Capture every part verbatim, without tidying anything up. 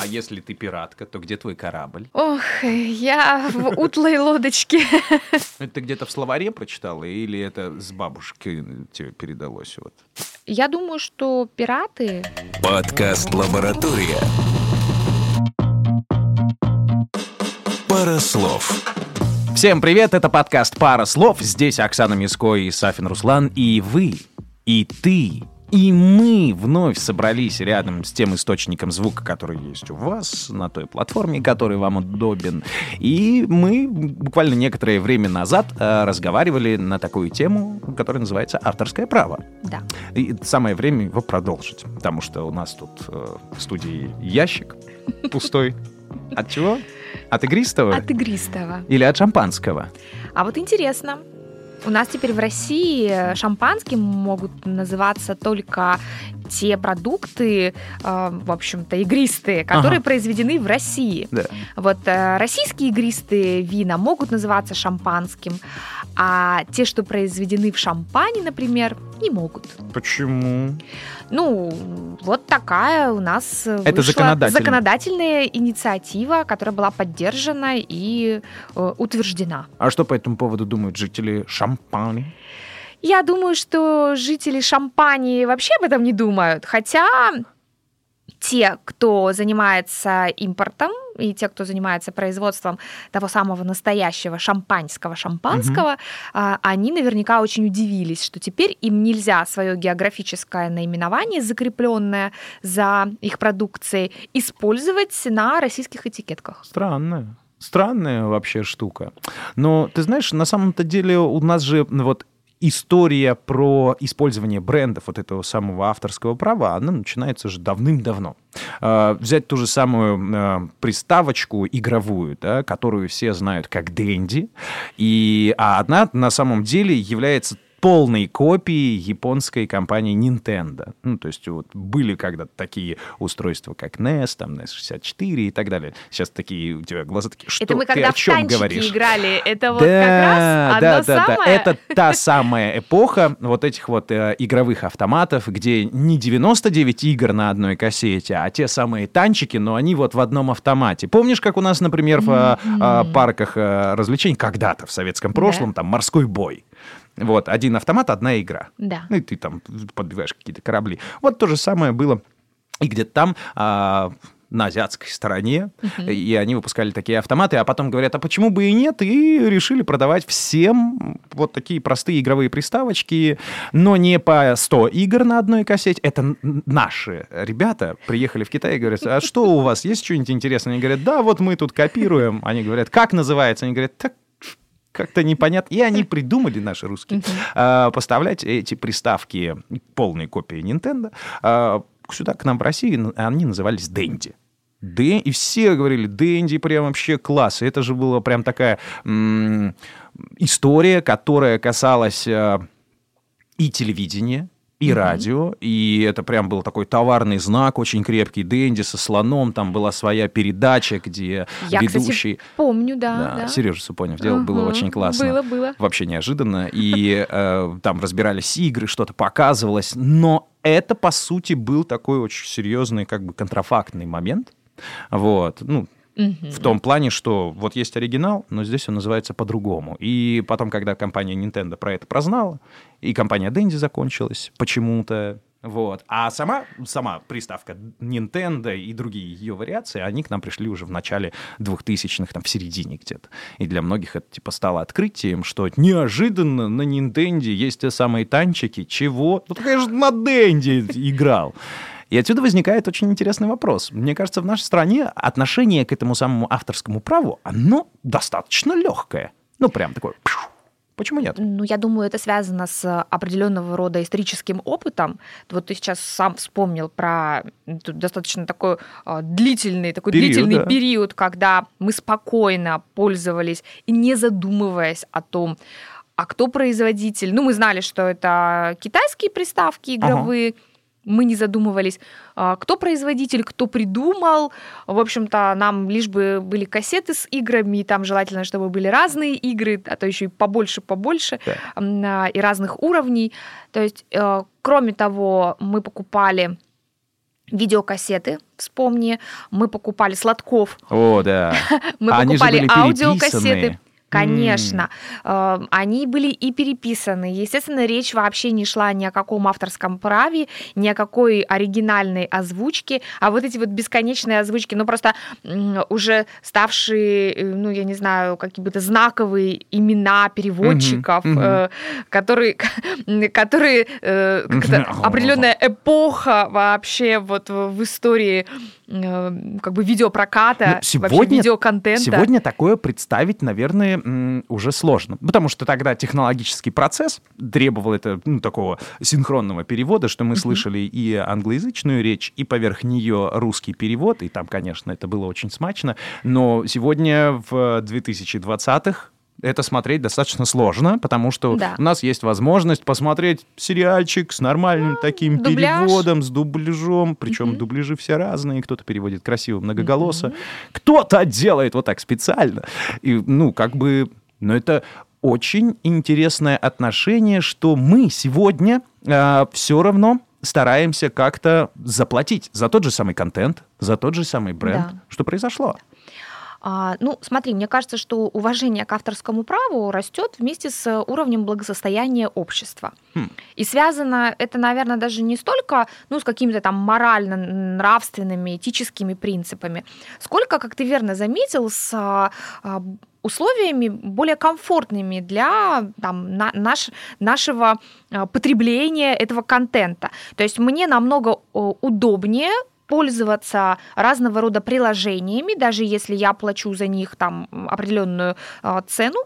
А если ты пиратка, то где твой корабль? Ох, я в утлой лодочке. Это ты где-то в словаре прочитала или это с бабушки тебе передалось? Вот? Я думаю, что пираты... Подкаст «Лаборатория». Пара слов. Всем привет, это подкаст «Пара слов». Здесь Оксана Миско и Сафин Руслан. И вы, и ты, и мы вновь собрались рядом с тем источником звука, который есть у вас, на той платформе, который вам удобен. И мы буквально некоторое время назад э, разговаривали на такую тему, которая называется «Авторское право». Да. И самое время его продолжить, потому что у нас тут э, в студии ящик пустой. От чего? От игристого? От игристого. Или от шампанского? А вот интересно, у нас теперь в России шампанским могут называться только те продукты, э, в общем-то, игристые, которые ага. произведены в России. Да. Вот э, российские игристые вина могут называться шампанским, а те, что произведены в Шампане, например, не могут. Почему? Ну, вот такая у нас Это вышла законодательная. законодательная инициатива, которая была поддержана и э, утверждена. А что по этому поводу думают жители Шампани? Я думаю, что жители Шампани вообще об этом не думают, хотя те, кто занимается импортом, и те, кто занимается производством того самого настоящего шампанского шампанского, угу. они наверняка очень удивились, что теперь им нельзя свое географическое наименование, закрепленное за их продукцией, использовать на российских этикетках. Странно. Странная вообще штука. Но ты знаешь, на самом-то деле у нас же вот история про использование брендов вот этого самого авторского права, она начинается же давным-давно. Взять ту же самую приставочку игровую, да, которую все знают как Dendy, и, а она на самом деле является полной копией японской компании Nintendo. Ну, то есть вот были когда-то такие устройства, как эн и эс, там, эн и эс шестьдесят четыре и так далее. Сейчас такие у тебя глаза такие, что это мы ты когда о чем в танчики говоришь? Играли, это вот да, как раз одно да, да, самое? Да. Это та самая эпоха вот этих вот э, игровых автоматов, где не девяносто девять игр на одной кассете, а те самые танчики, но они вот в одном автомате. Помнишь, как у нас, например, в mm-hmm. э, парках э, развлечений когда-то в советском прошлом, да. там морской бой? Вот, один автомат, одна игра. Да. Ну, и ты там подбиваешь какие-то корабли. Вот то же самое было и где-то там, а, на азиатской стороне, uh-huh. и они выпускали такие автоматы, а потом говорят, а почему бы и нет, и решили продавать всем вот такие простые игровые приставочки, но не по сто игр на одной кассете. Это наши ребята приехали в Китай и говорят, а что у вас, есть что-нибудь интересное? Они говорят, да, вот мы тут копируем. Они говорят, как называется? Они говорят, так, как-то непонятно. И они придумали, наши русские, uh-huh. поставлять эти приставки, полные копии Nintendo, сюда, к нам в России, они назывались Dendy. Дэ... И все говорили, Dendy прям вообще класс. И это же была прям такая м- история, которая касалась э, и телевидения, и mm-hmm. радио, и это прям был такой товарный знак, очень крепкий, Dendy со слоном, там была своя передача, где Я, ведущий... кстати, помню, да. Да, да. Сережа Супонев делал, uh-huh. было очень классно. Было, было. Вообще неожиданно, и э, там разбирались игры, что-то показывалось, но это, по сути, был такой очень серьезный, как бы, контрафактный момент, вот, ну, Uh-huh. в том плане, что вот есть оригинал, но здесь он называется по-другому. И потом, когда компания Nintendo про это прознала, и компания Dendy закончилась почему-то, вот. А сама, сама приставка Nintendo и другие ее вариации, они к нам пришли уже в начале двухтысячных, там, в середине где-то. И для многих это типа стало открытием, что неожиданно на Nintendo есть те самые танчики. Чего? Ну, ты, конечно, на Dendy играл. И отсюда возникает очень интересный вопрос. Мне кажется, в нашей стране отношение к этому самому авторскому праву, оно достаточно легкое. Ну, прям такое... Почему нет? Ну, я думаю, это связано с определенного рода историческим опытом. Вот ты сейчас сам вспомнил про достаточно такой э, длительный, такой период, длительный да. период, когда мы спокойно пользовались и не задумываясь о том, а кто производитель. Ну, мы знали, что это китайские приставки игровые, ага. мы не задумывались, кто производитель, кто придумал. В общем-то, нам лишь бы были кассеты с играми, и там желательно, чтобы были разные игры, а то еще и побольше-побольше, да. и разных уровней. То есть, кроме того, мы покупали видеокассеты, вспомни, мы покупали Сладков. О, да. Мы Они покупали же были аудиокассеты. переписанные. Конечно. Mm. Они были и переписаны. Естественно, речь вообще не шла ни о каком авторском праве, ни о какой оригинальной озвучке, а вот эти вот бесконечные озвучки, ну просто уже ставшие, ну я не знаю, какие-то знаковые имена переводчиков, mm-hmm. Mm-hmm. которые, которые определенная эпоха вообще вот в истории как бы видеопроката, сегодня, вообще видеоконтента. Сегодня такое представить, наверное, уже сложно, потому что тогда технологический процесс требовал это, ну, такого синхронного перевода, что мы mm-hmm. слышали и англоязычную речь, и поверх нее русский перевод, и там, конечно, это было очень смачно, но сегодня в две тысячи двадцатых это смотреть достаточно сложно, потому что да. у нас есть возможность посмотреть сериальчик с нормальным ну, таким дубляж. переводом, с дубляжом, причем mm-hmm. дубляжи все разные, кто-то переводит красиво, многоголосо, mm-hmm. кто-то делает вот так специально. И, ну, как бы, но это очень интересное отношение, что мы сегодня э, все равно стараемся как-то заплатить за тот же самый контент, за тот же самый бренд, да. что произошло. Ну, смотри, мне кажется, что уважение к авторскому праву растет вместе с уровнем благосостояния общества. Хм. И связано это, наверное, даже не столько ну, с какими-то там морально-нравственными, этическими принципами, сколько, как ты верно заметил, с условиями более комфортными для там, на, наш, нашего потребления этого контента. То есть мне намного удобнее пользоваться разного рода приложениями, даже если я плачу за них там определенную э, цену,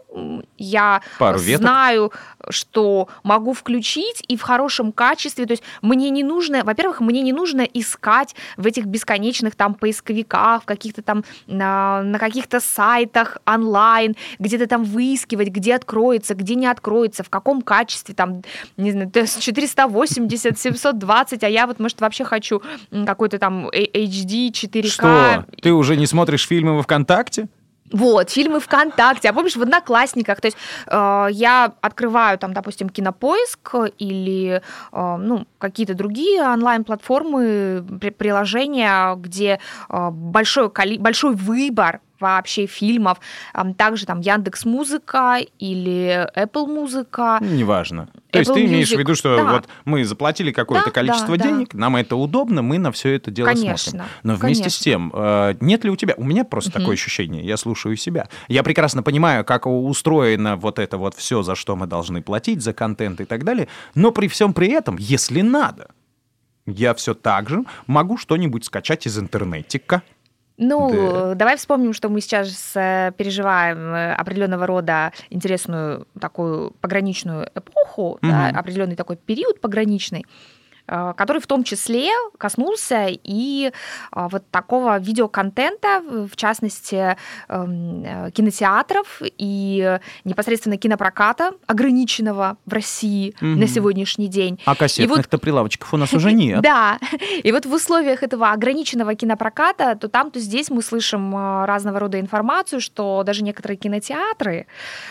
я Пару знаю, веток. что могу включить и в хорошем качестве. То есть мне не нужно, во-первых, мне не нужно искать в этих бесконечных там поисковиках, в каких-то там на, на каких-то сайтах онлайн, где-то там выискивать, где откроется, где не откроется, в каком качестве там, не знаю, четыреста восемьдесят, семьсот двадцать, а я вот, может, вообще хочу какой-то там эйч ди, четыре ка. Что? Ты уже не смотришь фильмы во ВКонтакте? Вот, фильмы ВКонтакте, а помнишь, в Одноклассниках, то есть э, я открываю там, допустим, Кинопоиск или э, ну, какие-то другие онлайн-платформы, при- приложения, где э, большой, коли- большой выбор вообще фильмов, также там Яндекс.Музыка или Apple Музыка. Неважно. То Apple есть ты имеешь Music. в виду, что Да. вот мы заплатили какое-то Да, количество да, денег, нам это удобно, мы на все это дело Конечно, смотрим. Но вместе конечно. с тем, э, нет ли у тебя... У меня просто Мгм. такое ощущение, я слушаю себя. Я прекрасно понимаю, как устроено вот это вот все, за что мы должны платить, за контент и так далее, но при всем при этом, если надо, я все так же могу что-нибудь скачать из интернетика. Ну, Да. давай вспомним, что мы сейчас э, переживаем э, определенного рода интересную такую пограничную эпоху, да, Мгм. определенный такой период пограничный, э, который в том числе коснулся и э, вот такого видеоконтента, в частности, эм, э, кинотеатров и непосредственно кинопроката, ограниченного в России Мгм. на сегодняшний день. А И вот кассетных-то прилавочков у нас уже нет. да, и вот в условиях этого ограниченного кинопроката, то там, то здесь мы слышим э, разного рода информацию, что даже некоторые кинотеатры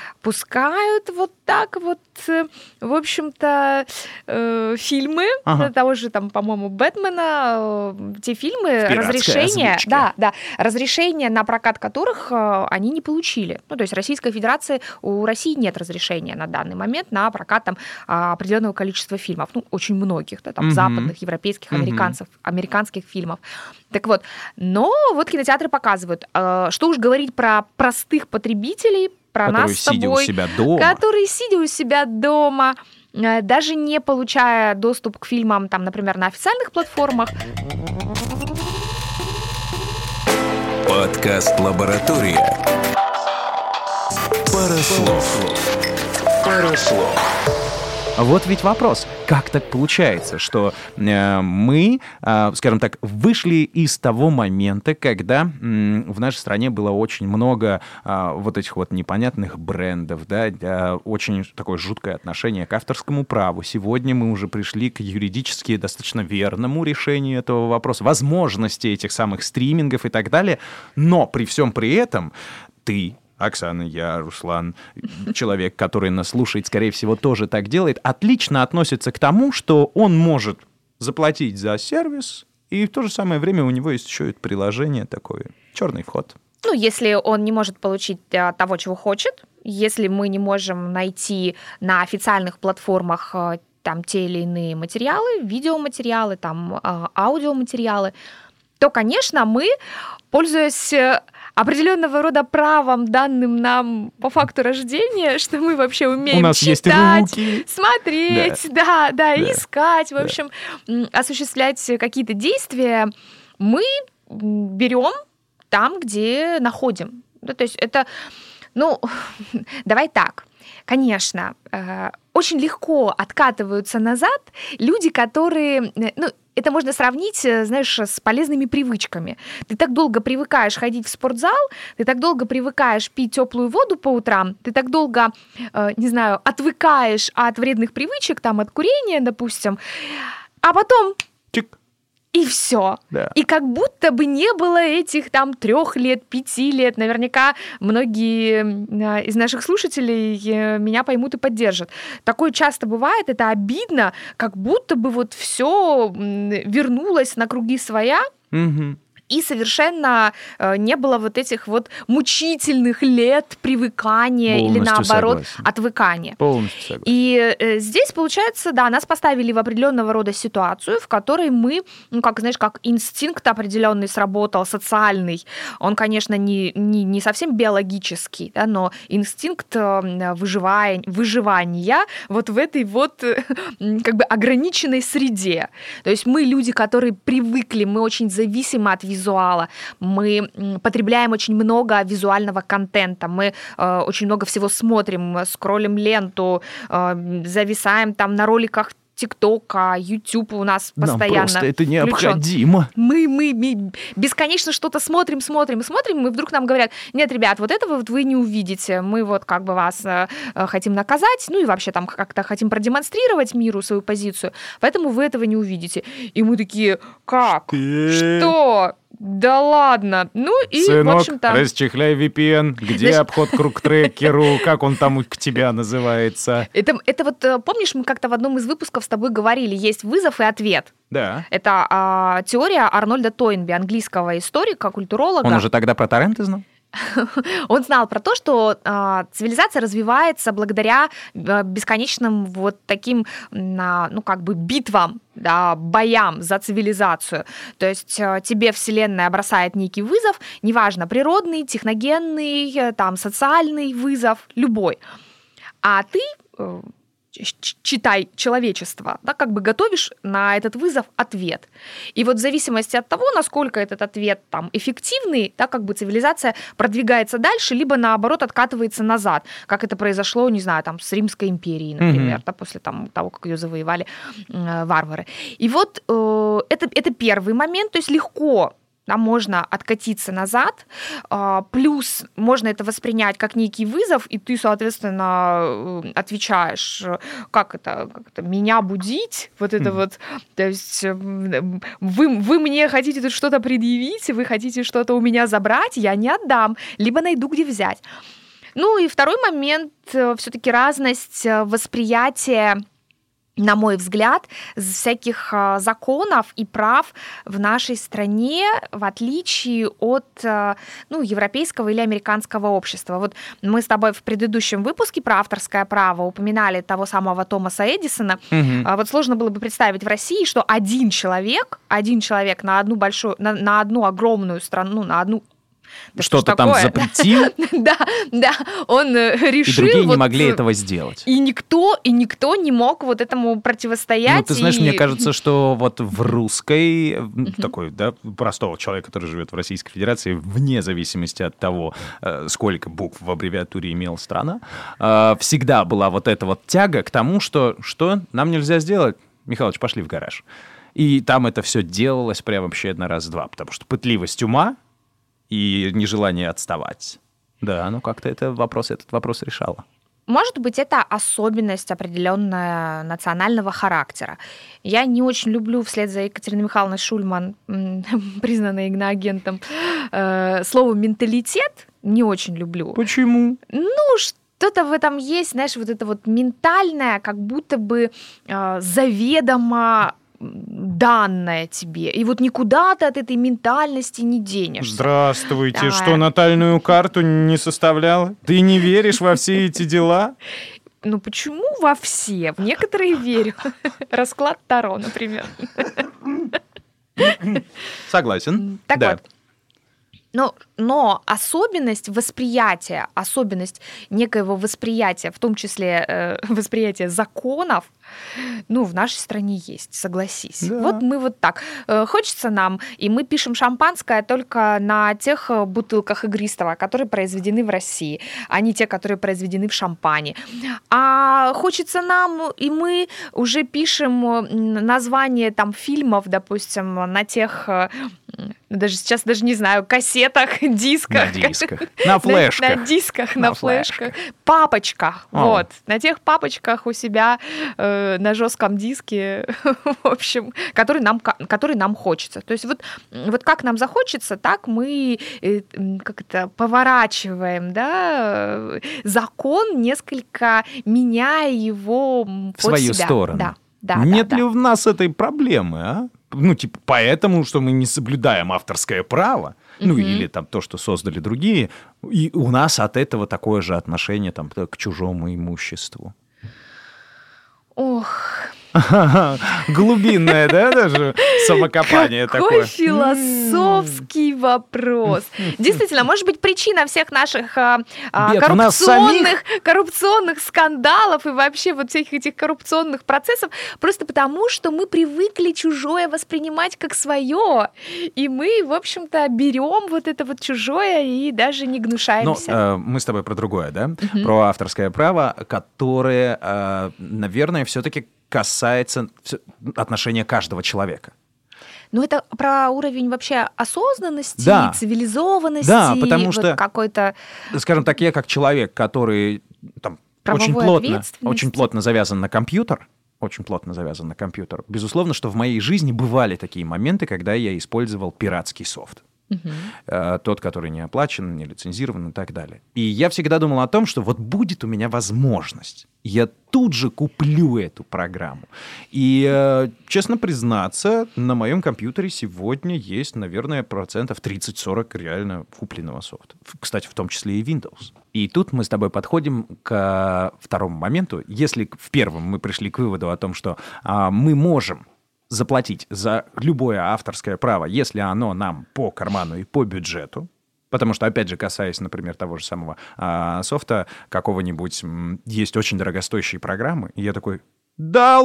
пускают вот так вот, э, в общем-то, э, фильмы Ага. того же, там, по-моему, Бэтмена, э, те фильмы, В пиратской разрешения, озвучке. да, да, разрешения на прокат которых э, они не получили. Ну, то есть Российской Федерации, у России нет разрешения на данный момент на прокат там а, определенного количества фильмов, ну, очень многих, да, там, Мгм. западных, европейских, Мгм. американцев, американских фильмов. Так вот, но вот кинотеатры показывают, э, что уж говорить про простых потребителей, про Которые, нас с сидя у тобой, себя дома, которые, сидя у себя дома, э, даже не получая доступ к фильмам, там, например, на официальных платформах. Подкаст «Лаборатория». Пара слов. Пара слов. Вот ведь вопрос, как так получается, что э, мы, э, скажем так, вышли из того момента, когда м, в нашей стране было очень много э, вот этих вот непонятных брендов, да, э, очень такое жуткое отношение к авторскому праву. Сегодня мы уже пришли к юридически достаточно верному решению этого вопроса, возможности этих самых стримингов и так далее, но при всем при этом ты... Оксана, я, Руслан, человек, который нас слушает, скорее всего, тоже так делает, отлично относится к тому, что он может заплатить за сервис И в то же самое время у него есть еще и приложение такое, черный вход. Ну, если он не может получить а, того, чего хочет, если мы не можем найти на официальных платформах а, там те или иные материалы, видеоматериалы, там а, аудиоматериалы, то, конечно, мы, пользуясь определенного рода правом, данным нам по факту рождения, что мы вообще умеем У нас читать, есть руки. смотреть, да, да, да, да. искать, в да. общем, осуществлять какие-то действия, мы берем там, где находим. Да, то есть это, ну, давай так. Конечно, очень легко откатываются назад люди, которые, ну, это можно сравнить, знаешь, с полезными привычками. Ты так долго привыкаешь ходить в спортзал, ты так долго привыкаешь пить теплую воду по утрам, ты так долго, не знаю, отвыкаешь от вредных привычек, там, от курения, допустим, а потом... Чик. И все. Да. И как будто бы не было этих там трех лет, пяти лет. Наверняка многие из наших слушателей меня поймут и поддержат. Такое часто бывает, это обидно, как будто бы вот все вернулось на круги своя. Угу. И совершенно не было вот этих вот мучительных лет привыкания Полностью или, наоборот, согласен. отвыкания. Полностью согласен. И здесь, получается, да, нас поставили в определенного рода ситуацию, в которой мы, ну, как, знаешь, как инстинкт определенный сработал, социальный. Он, конечно, не, не, не совсем биологический, да, но инстинкт выживания, выживания вот в этой вот как бы ограниченной среде. То есть мы люди, которые привыкли, мы очень зависимы от визуала, визуала, мы потребляем очень много визуального контента, мы э, очень много всего смотрим, скроллим ленту, э, зависаем там на роликах ТикТока, YouTube у нас постоянно. Нам просто это необходимо. Мы, мы, мы бесконечно что-то смотрим, смотрим, смотрим, и вдруг нам говорят: нет, ребят, вот этого вот вы не увидите, мы вот как бы вас э, хотим наказать, ну и вообще там как-то хотим продемонстрировать миру свою позицию, поэтому вы этого не увидите. И мы такие: как? Что? Да ладно. Ну и, Сынок, в общем-то... расчехляй ви пи эн. Где Знаешь... обход круг трекеру? Как он там у тебя называется? Это, это вот, помнишь, мы как-то в одном из выпусков с тобой говорили, есть вызов и ответ. Да. Это а, теория Арнольда Тойнби, английского историка, культуролога. Он уже тогда про торренты знал? Он знал про то, что э, цивилизация развивается благодаря э, бесконечным вот таким, э, ну, как бы битвам, да, боям за цивилизацию. То есть э, тебе Вселенная бросает некий вызов, неважно, природный, техногенный, э, там, социальный вызов, любой. А ты... Э, читай человечество, да, как бы готовишь на этот вызов ответ. И вот в зависимости от того, насколько этот ответ там эффективный, да, как бы цивилизация продвигается дальше, либо наоборот откатывается назад, как это произошло, не знаю, там с Римской империей, например, mm-hmm. да, после там, того, как ее завоевали э, варвары. И вот э, это, это первый момент, то есть легко. Да, можно откатиться назад, плюс можно это воспринять как некий вызов, и ты, соответственно, отвечаешь, как это, как это меня будить, вот это mm. вот, то есть вы, вы мне хотите тут что-то предъявить, вы хотите что-то у меня забрать, я не отдам, либо найду, где взять. Ну и второй момент, все-таки разность восприятия, на мой взгляд, всяких законов и прав в нашей стране, в отличие от, ну, европейского или американского общества. Вот мы с тобой в предыдущем выпуске про авторское право упоминали того самого Томаса Эдисона. Угу. Вот сложно было бы представить в России, что один человек, один человек на одну большую, на, на одну огромную страну, на одну Да что-то там запретил. Да, да, он решил. И другие не могли этого сделать. И никто, и никто не мог вот этому противостоять. Ну, ты знаешь, мне кажется, что вот в русской, такой, да, простого человека, который живет в Российской Федерации, вне зависимости от того, сколько букв в аббревиатуре имела страна, всегда была вот эта вот тяга к тому, что, что нам нельзя сделать. Михалыч, пошли в гараж. И там это все делалось прям вообще на раз-два, потому что пытливость ума и нежелание отставать. Да, ну как-то это вопрос, этот вопрос решало. Может быть, это особенность определенная национального характера. Я не очень люблю, вслед за Екатериной Михайловной Шульман, признанной иноагентом, слово «менталитет». Не очень люблю. Почему? Ну, что-то в этом есть, знаешь, вот это вот ментальное, как будто бы заведомо данное тебе. И вот никуда ты от этой ментальности не денешься. Здравствуйте. Да. Что, натальную карту не составляла? Ты не веришь во все эти дела? Ну почему во все? В некоторые верю. Расклад Таро, например. Согласен. Так да. вот. Но, но особенность восприятия, особенность некоего восприятия, в том числе э, восприятия законов, ну, в нашей стране есть, согласись. Да. Вот мы вот так. Э, хочется нам, и мы пишем шампанское только на тех бутылках игристого, которые произведены в России, а не те, которые произведены в Шампане. А хочется нам, и мы уже пишем название там фильмов, допустим, на тех... Даже сейчас даже не знаю, кассетах, дисках. На дисках. На флешках. На, на дисках, на, на флешках. Папочках. О. Вот. На тех папочках у себя э, на жестком диске, в общем, который нам, который нам хочется. То есть вот, вот как нам захочется, так мы э, как это, поворачиваем, да, закон, несколько меняя его под в свою себя. сторону. Да. Да, Нет да, ли да. в нас этой проблемы, а? Ну, типа, поэтому, что мы не соблюдаем авторское право, mm-hmm. ну, или там то, что создали другие, и у нас от этого такое же отношение там, к чужому имуществу. Ох... Глубинное, да, даже самокопание такое. Какой философский вопрос. Действительно, может быть, причина всех наших а, коррупционных, коррупционных скандалов и вообще вот всех этих коррупционных процессов просто потому, что мы привыкли чужое воспринимать как свое. И мы, в общем-то, берем вот это вот чужое и даже не гнушаемся. Но э, мы с тобой про другое, да? Uh-huh. Про авторское право, которое, э, наверное, все-таки касается отношения каждого человека. Ну, это про уровень вообще осознанности, да. цивилизованности. Да, потому вот что, какой-то... скажем так, я как человек, который там, очень, плотно, очень плотно завязан на компьютер, очень плотно завязан на компьютер, безусловно, что в моей жизни бывали такие моменты, когда я использовал пиратский софт. Uh-huh. Тот, который не оплачен, не лицензирован и так далее. И я всегда думал о том, что вот будет у меня возможность, я тут же куплю эту программу. И, честно признаться, на моем компьютере сегодня есть, наверное, процентов тридцать-сорок реально купленного софта. Кстати, в том числе и Windows. И тут мы с тобой подходим к второму моменту. Если в первом мы пришли к выводу о том, что а, мы можем заплатить за любое авторское право, если оно нам по карману и по бюджету, потому что, опять же, касаясь, например, того же самого а, софта, какого-нибудь, м, есть очень дорогостоящие программы, и я такой, да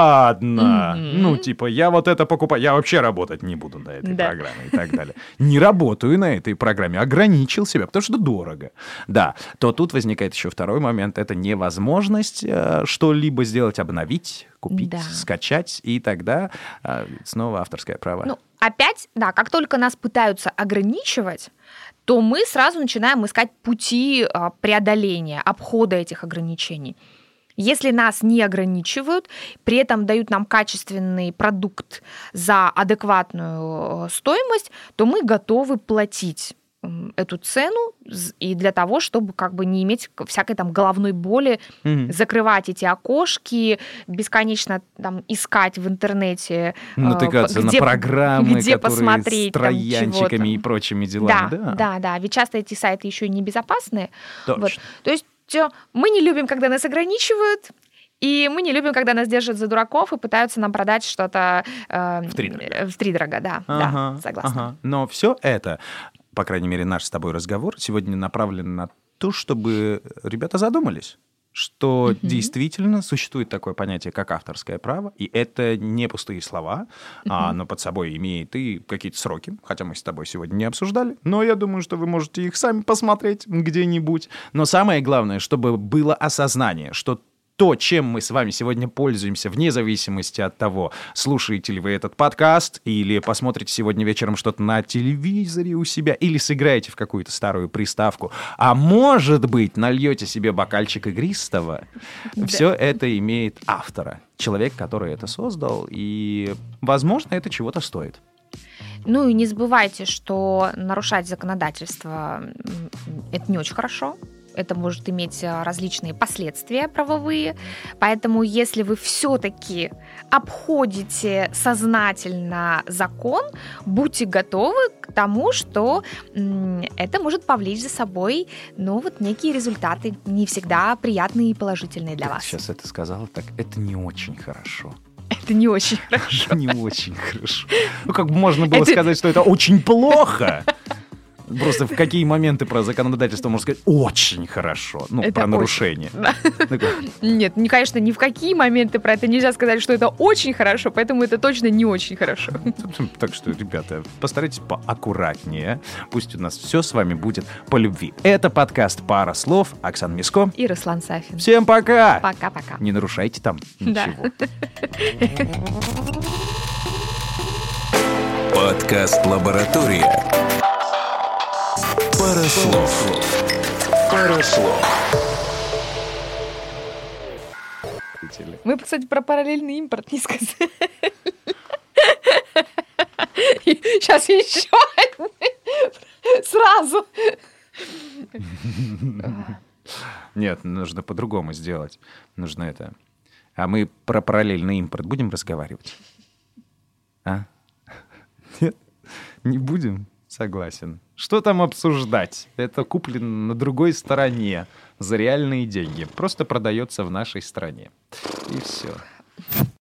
ладно! Mm-hmm. Ну, типа, я вот это покупаю, я вообще работать не буду на этой да. программе и так далее. Не работаю на этой программе, ограничил себя, потому что дорого. Да, то тут возникает еще второй момент, это невозможность э, что-либо сделать, обновить, купить, да. скачать, и тогда э, снова авторское право. Ну, опять, да, как только нас пытаются ограничивать, то мы сразу начинаем искать пути э, преодоления, обхода этих ограничений. Если нас не ограничивают, при этом дают нам качественный продукт за адекватную стоимость, то мы готовы платить эту цену и для того, чтобы как бы не иметь всякой там головной боли, mm-hmm. закрывать эти окошки, бесконечно там искать в интернете, натыкаться где, на программы, где которые посмотреть, с троянчиками там, и прочими делами. Да, да, да, да. Ведь часто эти сайты еще и небезопасные. Точно. Вот. То есть мы не любим, когда нас ограничивают, и мы не любим, когда нас держат за дураков и пытаются нам продать что-то э, втридорога. Втридорога, да, ага, да, согласна. Ага. Но все это, по крайней мере, наш с тобой разговор сегодня направлен на то, чтобы ребята задумались, что mm-hmm. действительно существует такое понятие, как авторское право, и это не пустые слова, mm-hmm. а оно под собой имеет и какие-то сроки, хотя мы с тобой сегодня не обсуждали, но я думаю, что вы можете их сами посмотреть где-нибудь. Но самое главное, чтобы было осознание, что то, чем мы с вами сегодня пользуемся, вне зависимости от того, слушаете ли вы этот подкаст, или посмотрите сегодня вечером что-то на телевизоре у себя, или сыграете в какую-то старую приставку, а может быть, нальете себе бокальчик игристого, да. все это имеет автора, человек, который это создал, и, возможно, это чего-то стоит. Ну и не забывайте, что нарушать законодательство – это не очень хорошо. это может иметь различные последствия правовые. Поэтому, если вы все-таки обходите сознательно закон, будьте готовы к тому, что м, это может повлечь за собой, ну, вот некие результаты, не всегда приятные и положительные для Ты вас. сейчас это сказала так, это не очень хорошо. Это не очень хорошо. Не очень хорошо. Ну, как бы можно было сказать, что это очень плохо. Просто в какие моменты про законодательство можно сказать очень хорошо. Ну, Это про очень, нарушение. да. Такое. Нет, ну, конечно, ни в какие моменты про это нельзя сказать, что это очень хорошо, поэтому это точно не очень хорошо. Так что, ребята, постарайтесь поаккуратнее. Пусть у нас все с вами будет по любви. Это подкаст «Пара слов». Оксана Миско. И Руслан Сафин. Всем пока! Пока-пока. Не нарушайте там Да. ничего. Подкаст «Лаборатория». Пара слов. Пара слов. Мы, кстати, про параллельный импорт не сказали. Сейчас еще сразу. Нет, нужно по-другому сделать. Нужно это. А мы про параллельный импорт будем разговаривать? А? Нет? Не будем? Согласен. Что там обсуждать? Это куплено на другой стороне за реальные деньги. Просто продается в нашей стране. И все.